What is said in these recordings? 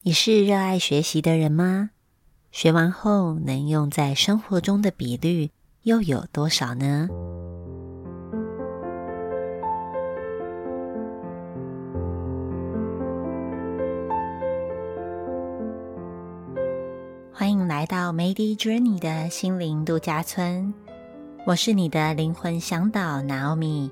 你是热爱学习的人吗？学完后能用在生活中的比率又有多少呢？欢迎来到 Medi Journey 的心灵度假村，我是你的灵魂向导 Naomi。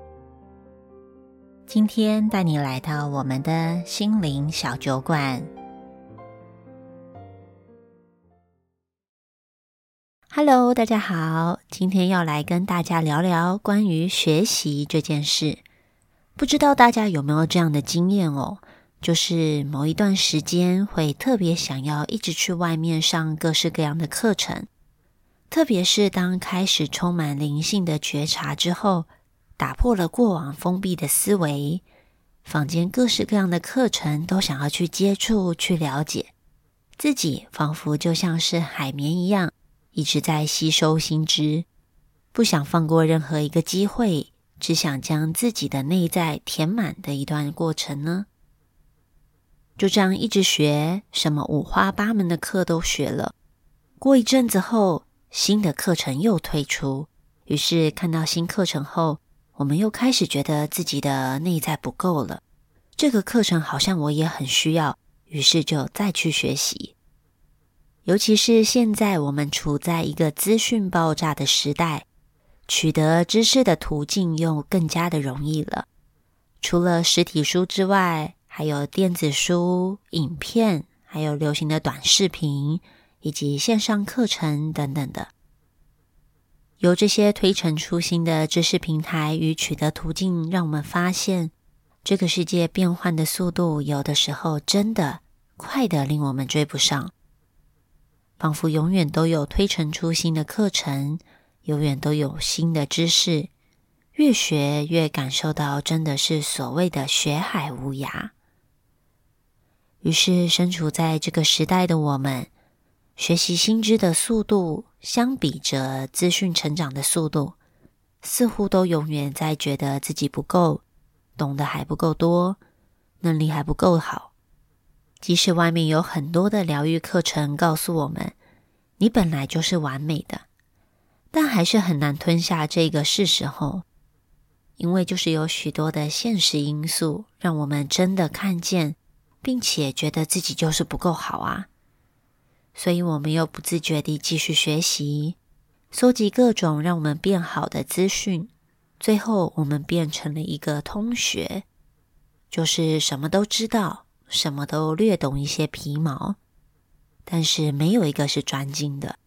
今天带你来到我们的心灵小酒馆。Hello， 大家好，今天要来跟大家聊聊关于学习这件事。不知道大家有没有这样的经验哦？就是某一段时间会特别想要一直去外面上各式各样的课程，特别是当开始充满灵性的觉察之后，打破了过往封闭的思维，坊间各式各样的课程都想要去接触、去了解，自己仿佛就像是海绵一样，一直在吸收新知，不想放过任何一个机会，只想将自己的内在填满的一段过程呢？就这样一直学，什么五花八门的课都学了，过一阵子后，新的课程又推出，于是看到新课程后，我们又开始觉得自己的内在不够了，这个课程好像我也很需要，于是就再去学习。尤其是现在我们处在一个资讯爆炸的时代，取得知识的途径又更加的容易了。除了实体书之外，还有电子书、影片，还有流行的短视频，以及线上课程等等的。由这些推陈出新的知识平台与取得途径，让我们发现这个世界变换的速度有的时候真的快得令我们追不上，仿佛永远都有推陈出新的课程，永远都有新的知识，越学越感受到真的是所谓的学海无涯。于是身处在这个时代的我们，学习新知的速度相比着资讯成长的速度，似乎都永远在觉得自己不够，懂得还不够多，能力还不够好。即使外面有很多的疗愈课程告诉我们，你本来就是完美的，但还是很难吞下这个是时候，因为就是有许多的现实因素，让我们真的看见，并且觉得自己就是不够好啊。所以我们又不自觉地继续学习，搜集各种让我们变好的资讯，最后我们变成了一个通学，就是什么都知道，什么都略懂一些皮毛，但是没有一个是专精的。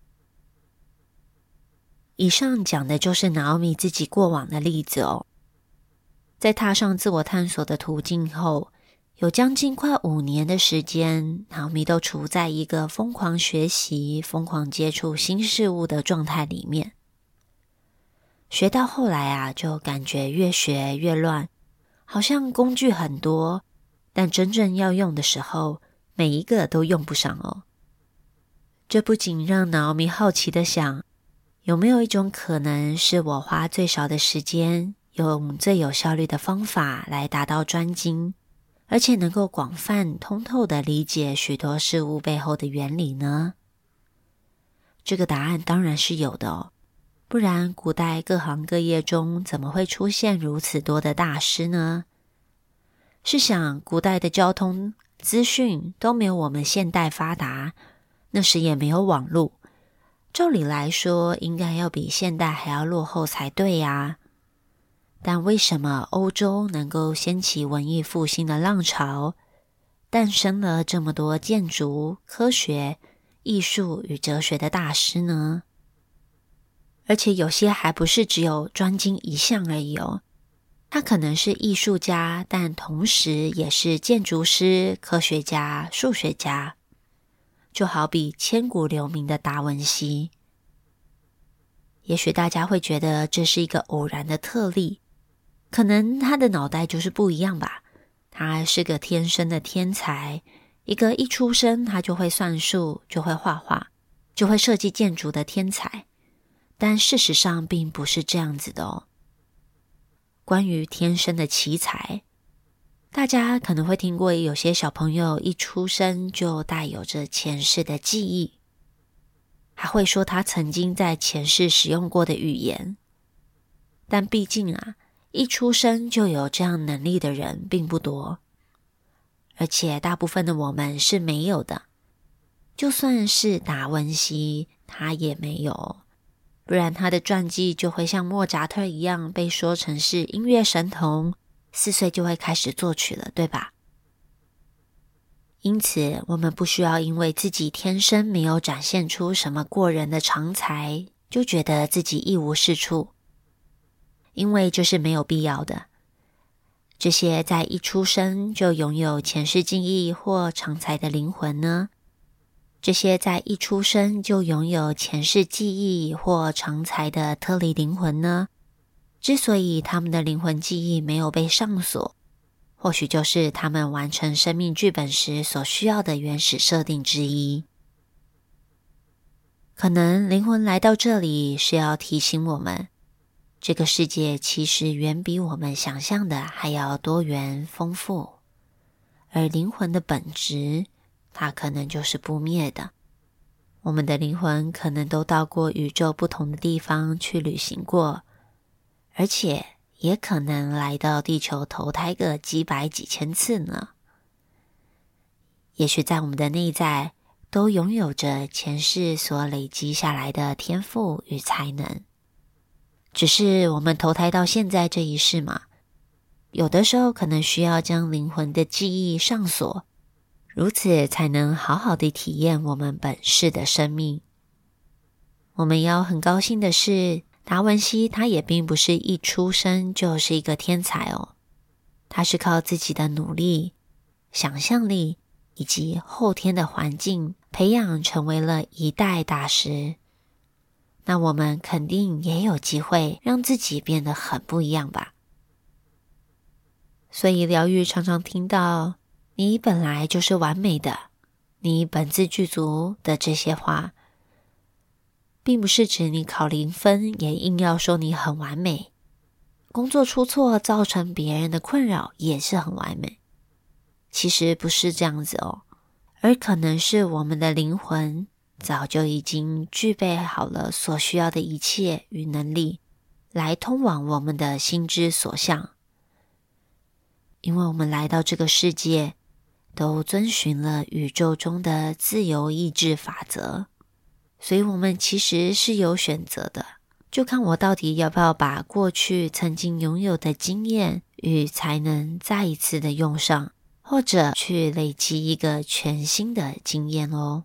以上讲的就是 Naomi 自己过往的例子哦。在踏上自我探索的途径后，有将近快5年的时间，Naomi都处在一个疯狂学习、疯狂接触新事物的状态里面。学到后来啊，就感觉越学越乱，好像工具很多，但真正要用的时候，每一个都用不上哦。这不仅让 Naomi 好奇的想，有没有一种可能是我花最少的时间，用最有效率的方法来达到专精，而且能够广泛通透地理解许多事物背后的原理呢？这个答案当然是有的哦，不然古代各行各业中怎么会出现如此多的大师呢？试想古代的交通资讯都没有我们现代发达，那时也没有网络，照理来说应该要比现代还要落后才对呀。但为什么欧洲能够掀起文艺复兴的浪潮，诞生了这么多建筑、科学、艺术与哲学的大师呢？而且有些还不是只有专精一项而已哦，他可能是艺术家，但同时也是建筑师、科学家、数学家，就好比千古留名的达文西。也许大家会觉得这是一个偶然的特例，可能他的脑袋就是不一样吧，他是个天生的天才，一个一出生他就会算术，就会画画，就会设计建筑的天才。但事实上并不是这样子的哦。关于天生的奇才， 大家可能会听过有些小朋友一出生就带有着前世的记忆，还会说他曾经在前世使用过的语言。但毕竟一出生就有这样能力的人并不多，而且大部分的我们是没有的。就算是达文西，他也没有，不然他的传记就会像莫扎特一样被说成是音乐神童，4岁就会开始作曲了，对吧？因此，我们不需要因为自己天生没有展现出什么过人的长才，就觉得自己一无是处，因为这是没有必要的。这些在一出生就拥有前世记忆或长才的灵魂呢，这些在一出生就拥有前世记忆或长才的特例灵魂呢，之所以他们的灵魂记忆没有被上锁，或许就是他们完成生命剧本时所需要的原始设定之一。可能灵魂来到这里是要提醒我们，这个世界其实远比我们想象的还要多元丰富，而灵魂的本质，它可能就是不灭的。我们的灵魂可能都到过宇宙不同的地方去旅行过，而且也可能来到地球投胎个几百几千次呢。也许在我们的内在都拥有着前世所累积下来的天赋与才能，只是我们投胎到现在这一世嘛，有的时候可能需要将灵魂的记忆上锁，如此才能好好的体验我们本世的生命。我们要很高兴的是，达文西他也并不是一出生就是一个天才哦，他是靠自己的努力、想象力以及后天的环境培养成为了一代大师。那我们肯定也有机会让自己变得很不一样吧。所以疗愈常常听到你本来就是完美的，你本自具足的这些话，并不是指你考0分也硬要说你很完美，工作出错造成别人的困扰也是很完美。其实不是这样子哦，而可能是我们的灵魂早就已经具备好了所需要的一切与能力，来通往我们的心之所向。因为我们来到这个世界，都遵循了宇宙中的自由意志法则，所以我们其实是有选择的，就看我到底要不要把过去曾经拥有的经验与才能再一次的用上，或者去累积一个全新的经验哦。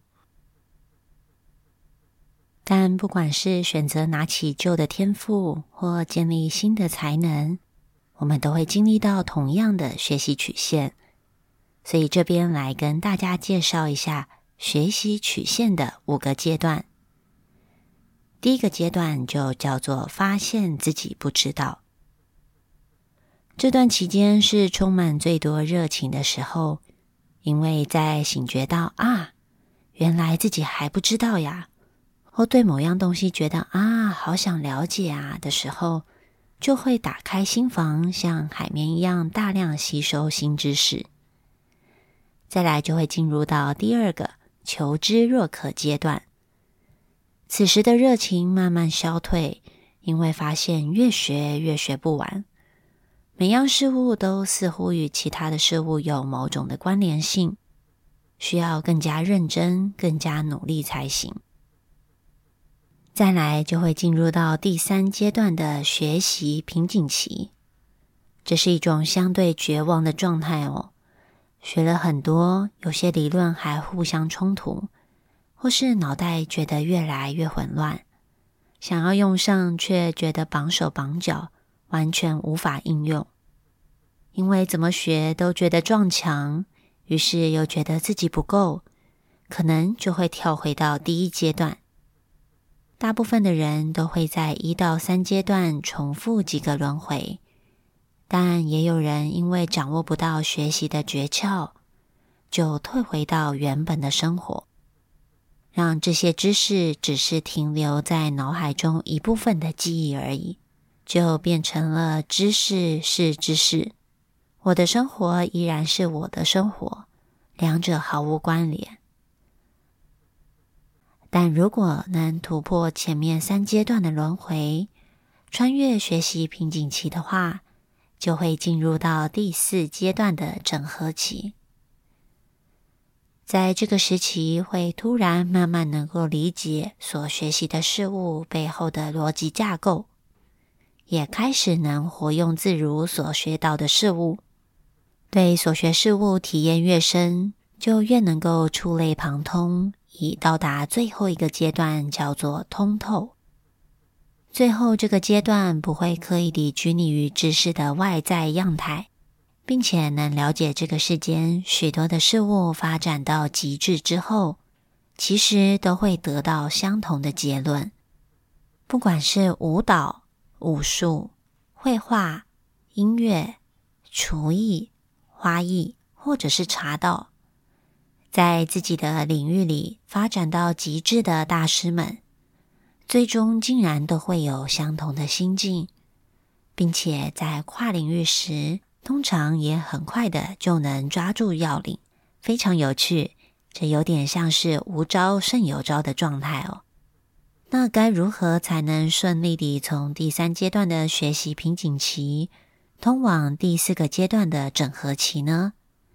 但不管是选择拿起旧的天赋或建立新的才能，我们都会经历到同样的学习曲线。所以这边来跟大家介绍一下学习曲线的5个阶段。第一个阶段就叫做发现自己不知道。这段期间是充满最多热情的时候，因为在醒觉到原来自己还不知道呀，或对某样东西觉得好想了解的时候，就会打开心房，像海绵一样大量吸收新知识。再来就会进入到第2个求知若渴阶段。此时的热情慢慢消退，因为发现越学越学不完，每样事物都似乎与其他的事物有某种的关联性，需要更加认真、更加努力才行。再来就会进入到第3阶段的学习瓶颈期，这是一种相对绝望的状态哦。学了很多，有些理论还互相冲突，或是脑袋觉得越来越混乱，想要用上却觉得绑手绑脚，完全无法应用。因为怎么学都觉得撞墙，于是又觉得自己不够，可能就会跳回到第1阶段。大部分的人都会在1到3阶段重复几个轮回，但也有人因为掌握不到学习的诀窍，就退回到原本的生活，让这些知识只是停留在脑海中一部分的记忆而已，就变成了知识是知识， 我的生活依然是我的生活，两者毫无关联。但如果能突破前面3阶段的轮回，穿越学习瓶颈期的话，就会进入到第4阶段的整合期。在这个时期，会突然慢慢能够理解所学习的事物背后的逻辑架构，也开始能活用自如所学到的事物。对所学事物体验越深，就越能够触类旁通，以到达最后一个阶段，叫做通透。最后这个阶段不会刻意地拘泥于知识的外在样态，并且能了解这个世间许多的事物发展到极致之后，其实都会得到相同的结论。不管是舞蹈、武术、绘画、音乐、厨艺、花艺，或者是茶道，在自己的领域里发展到极致的大师们，最终竟然都会有相同的心境，并且在跨领域时，通常也很快的就能抓住要领，非常有趣。这有点像是无招胜有招的状态哦。那该如何才能顺利地从第3阶段的学习瓶颈期，通往第4个阶段的整合期呢？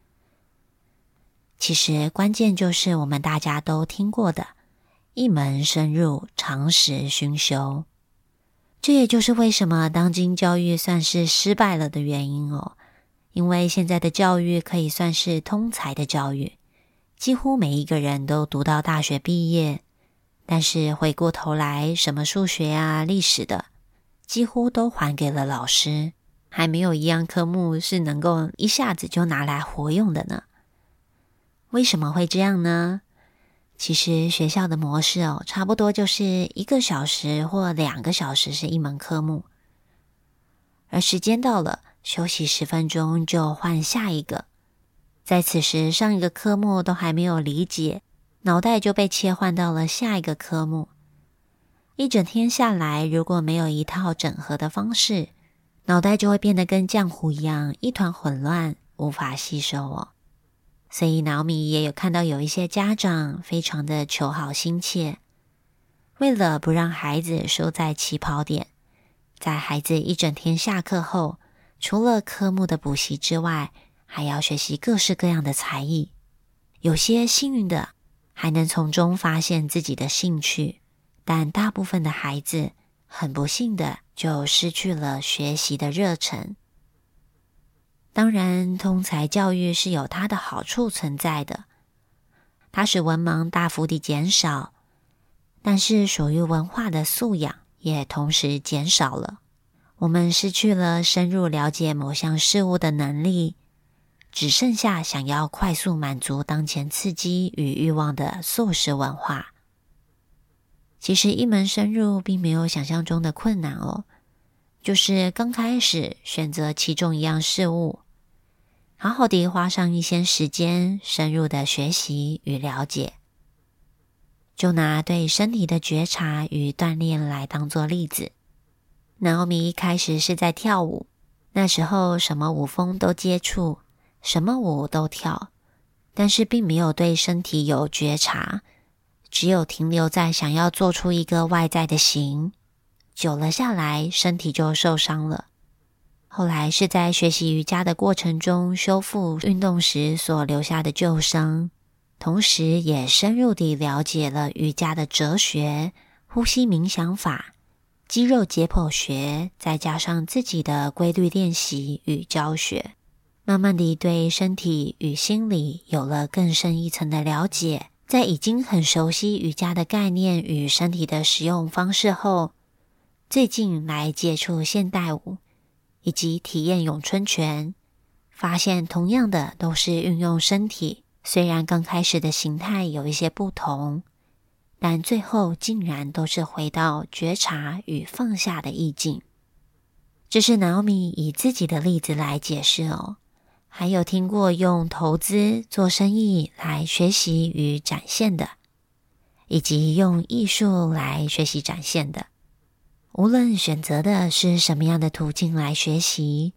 其实关键就是我们大家都听过的一门深入，长时熏修。这也就是为什么当今教育算是失败了的原因哦。因为现在的教育可以算是通才的教育，几乎每一个人都读到大学毕业，但是回过头来，什么数学啊、历史的，几乎都还给了老师，还没有一样科目是能够一下子就拿来活用的呢。为什么会这样呢？其实学校的模式差不多就是1个小时或2个小时是一门科目，而时间到了，休息10分钟就换下一个。在此时上一个科目都还没有理解，脑袋就被切换到了下一个科目。一整天下来，如果没有一套整合的方式，脑袋就会变得跟浆糊一样，一团混乱，无法吸收哦。所以Naomi也有看到有一些家长非常的求好心切，为了不让孩子输在起跑点，在孩子一整天下课后，除了科目的补习之外，还要学习各式各样的才艺。有些幸运的还能从中发现自己的兴趣，但大部分的孩子很不幸的就失去了学习的热忱。当然，通才教育是有它的好处存在的，它使文盲大幅地减少，但是属于文化的素养也同时减少了。我们失去了深入了解某项事物的能力，只剩下想要快速满足当前刺激与欲望的速食文化。其实一门深入并没有想象中的困难哦，就是刚开始选择其中一样事物，好好地花上一些时间深入的学习与了解。就拿对身体的觉察与锻炼来当作例子。Naomi一开始是在跳舞，那时候什么舞风都接触，什么舞都跳，但是并没有对身体有觉察，只有停留在想要做出一个外在的形，久了下来，身体就受伤了。后来是在学习瑜伽的过程中修复运动时所留下的旧伤，同时也深入地了解了瑜伽的哲学、呼吸冥想法、肌肉解剖学，再加上自己的规律练习与教学，慢慢地对身体与心理有了更深一层的了解。在已经很熟悉瑜伽的概念与身体的使用方式后，最近来接触现代舞以及体验咏春拳，发现同样的都是运用身体，虽然刚开始的形态有一些不同，但最后竟然都是回到觉察与放下的意境。这是Naomi以自己的例子来解释哦。还有听过用投资做生意来学习与展现的，以及用艺术来学习展现的。无论选择的是什么样的途径来学习，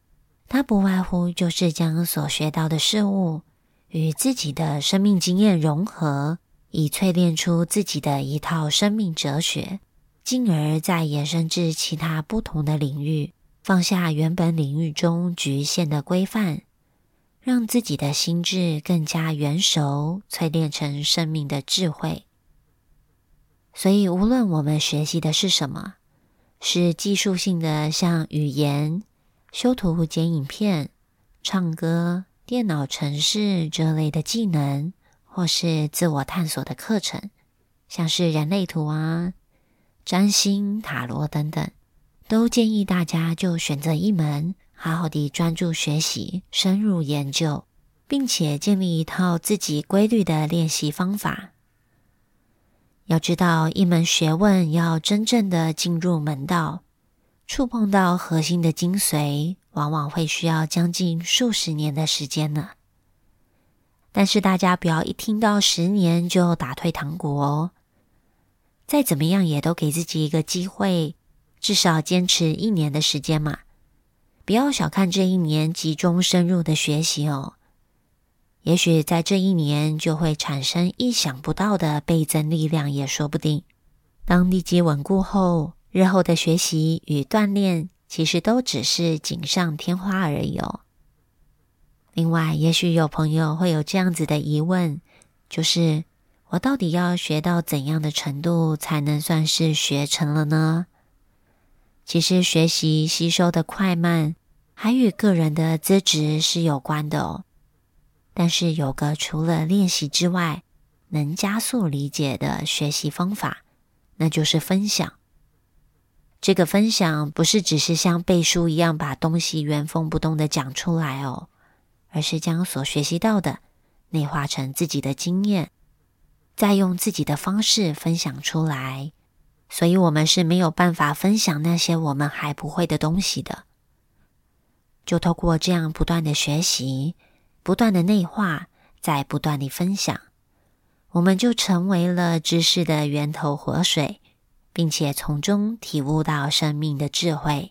它不外乎就是将所学到的事物与自己的生命经验融合，以淬炼出自己的一套生命哲学，进而再延伸至其他不同的领域，放下原本领域中局限的规范，让自己的心智更加圆熟，淬炼成生命的智慧。所以无论我们学习的是什么，是技术性的像语言、修图剪影片、唱歌、电脑程式这类的技能，或是自我探索的课程，像是人类图啊、占星、塔罗等等，都建议大家就选择一门，好好地专注学习，深入研究，并且建立一套自己规律的练习方法。要知道，一门学问要真正的进入门道，触碰到核心的精髓，往往会需要将近数十年的时间呢。但是大家不要一听到10年就打退堂鼓哦，再怎么样也都给自己一个机会，至少坚持1年的时间嘛。不要小看这1年集中深入的学习哦，也许在这1年就会产生意想不到的倍增力量也说不定。当地基稳固后，日后的学习与锻炼其实都只是锦上添花而已哦。另外，也许有朋友会有这样子的疑问，就是我到底要学到怎样的程度才能算是学成了呢？其实学习吸收的快慢还与个人的资质是有关的哦。但是有个除了练习之外，能加速理解的学习方法，那就是分享。这个分享不是只是像背书一样把东西原封不动的讲出来哦，而是将所学习到的内化成自己的经验，再用自己的方式分享出来。所以我们是没有办法分享那些我们还不会的东西的。就透过这样不断的学习，不断的内化，再不断地分享，我们就成为了知识的源头活水，并且从中体悟到生命的智慧。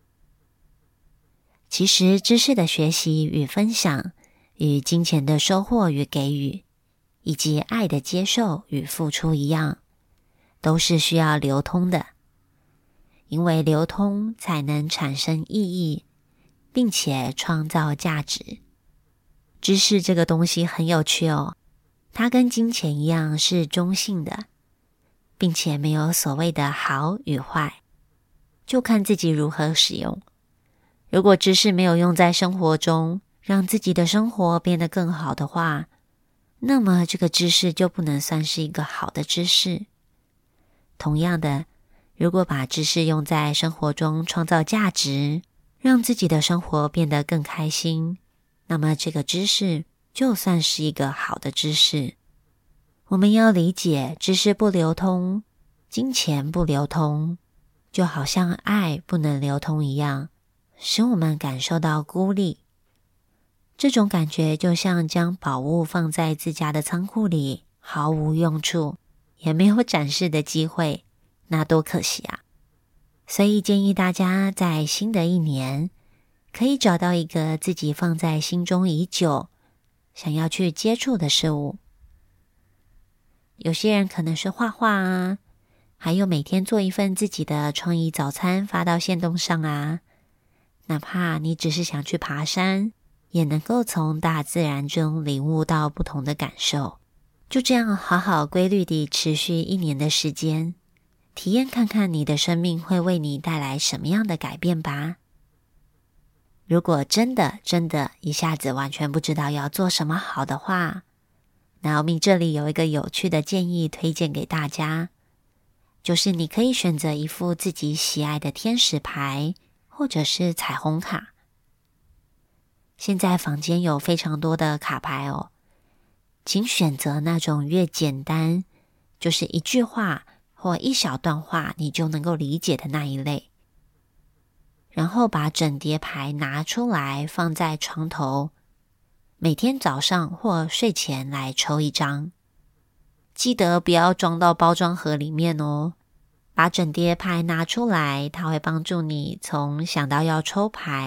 其实知识的学习与分享，与金钱的收获与给予，以及爱的接受与付出一样，都是需要流通的。因为流通才能产生意义，并且创造价值。知识这个东西很有趣哦，它跟金钱一样是中性的，并且没有所谓的好与坏，就看自己如何使用。如果知识没有用在生活中，让自己的生活变得更好的话，那么这个知识就不能算是一个好的知识。同样的，如果把知识用在生活中创造价值，让自己的生活变得更开心，那么这个知识就算是一个好的知识。我们要理解，知识不流通，金钱不流通，就好像爱不能流通一样，使我们感受到孤立。这种感觉就像将宝物放在自家的仓库里，毫无用处，也没有展示的机会，那多可惜啊！所以建议大家在新的1年，可以找到一个自己放在心中已久，想要去接触的事物。有些人可能是画画啊，还有每天做一份自己的创意早餐发到限动上啊。哪怕你只是想去爬山，也能够从大自然中领悟到不同的感受。就这样好好规律地持续1年的时间，体验看看你的生命会为你带来什么样的改变吧。如果真的一下子完全不知道要做什么好的话，那我们这里有一个有趣的建议推荐给大家，就是你可以选择一副自己喜爱的天使牌或者是彩虹卡。现在坊间有非常多的卡牌哦，请选择那种越简单，就是一句话或一小段话你就能够理解的那一类。然后把整叠牌拿出来放在床头，每天早上或睡前来抽一张。记得不要装到包装盒里面哦。把整叠牌拿出来，它会帮助你从想到要抽牌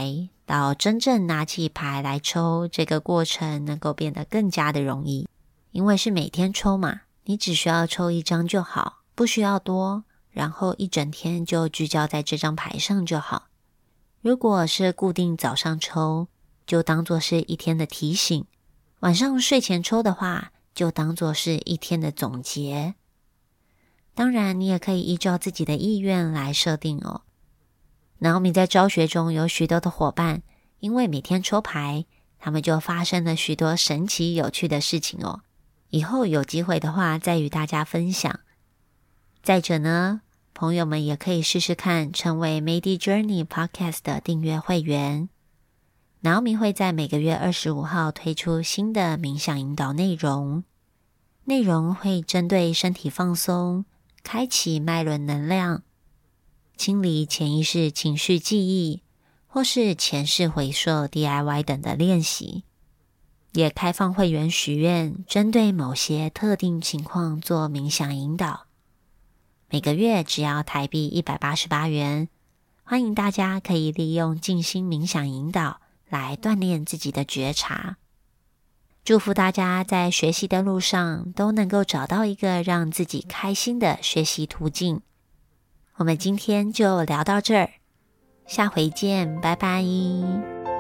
到真正拿起牌来抽，这个过程能够变得更加的容易。因为是每天抽嘛，你只需要抽一张就好，不需要多，然后一整天就聚焦在这张牌上就好。如果是固定早上抽，就当作是一天的提醒，晚上睡前抽的话，就当作是一天的总结。当然，你也可以依照自己的意愿来设定哦。Naomi在教学中有许多的伙伴，因为每天抽牌，他们就发生了许多神奇有趣的事情哦。以后有机会的话，再与大家分享。再者呢，朋友们也可以试试看成为 Medi Journey Podcast 的订阅会员。Naomi会在每个月25号推出新的冥想引导内容会针对身体放松、开启脉轮能量、清理潜意识情绪记忆，或是前世回溯 DIY 等的练习。也开放会员许愿，针对某些特定情况做冥想引导。每个月只要台币188元，欢迎大家可以利用静心冥想引导来锻炼自己的觉察。祝福大家在学习的路上都能够找到一个让自己开心的学习途径。我们今天就聊到这儿，下回见，拜拜。